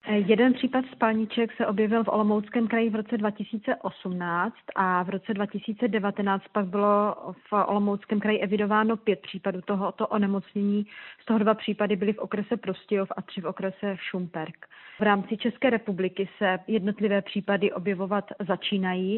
Jeden případ spalniček se objevil v Olomouckém kraji v roce 2018 a v roce 2019 pak bylo v Olomouckém kraji evidováno 5 případů tohoto onemocnění. Z toho 2 případy byly v okrese Prostějov a 3 v okrese Šumperk. V rámci České republiky se jednotlivé případy objevovat začínají.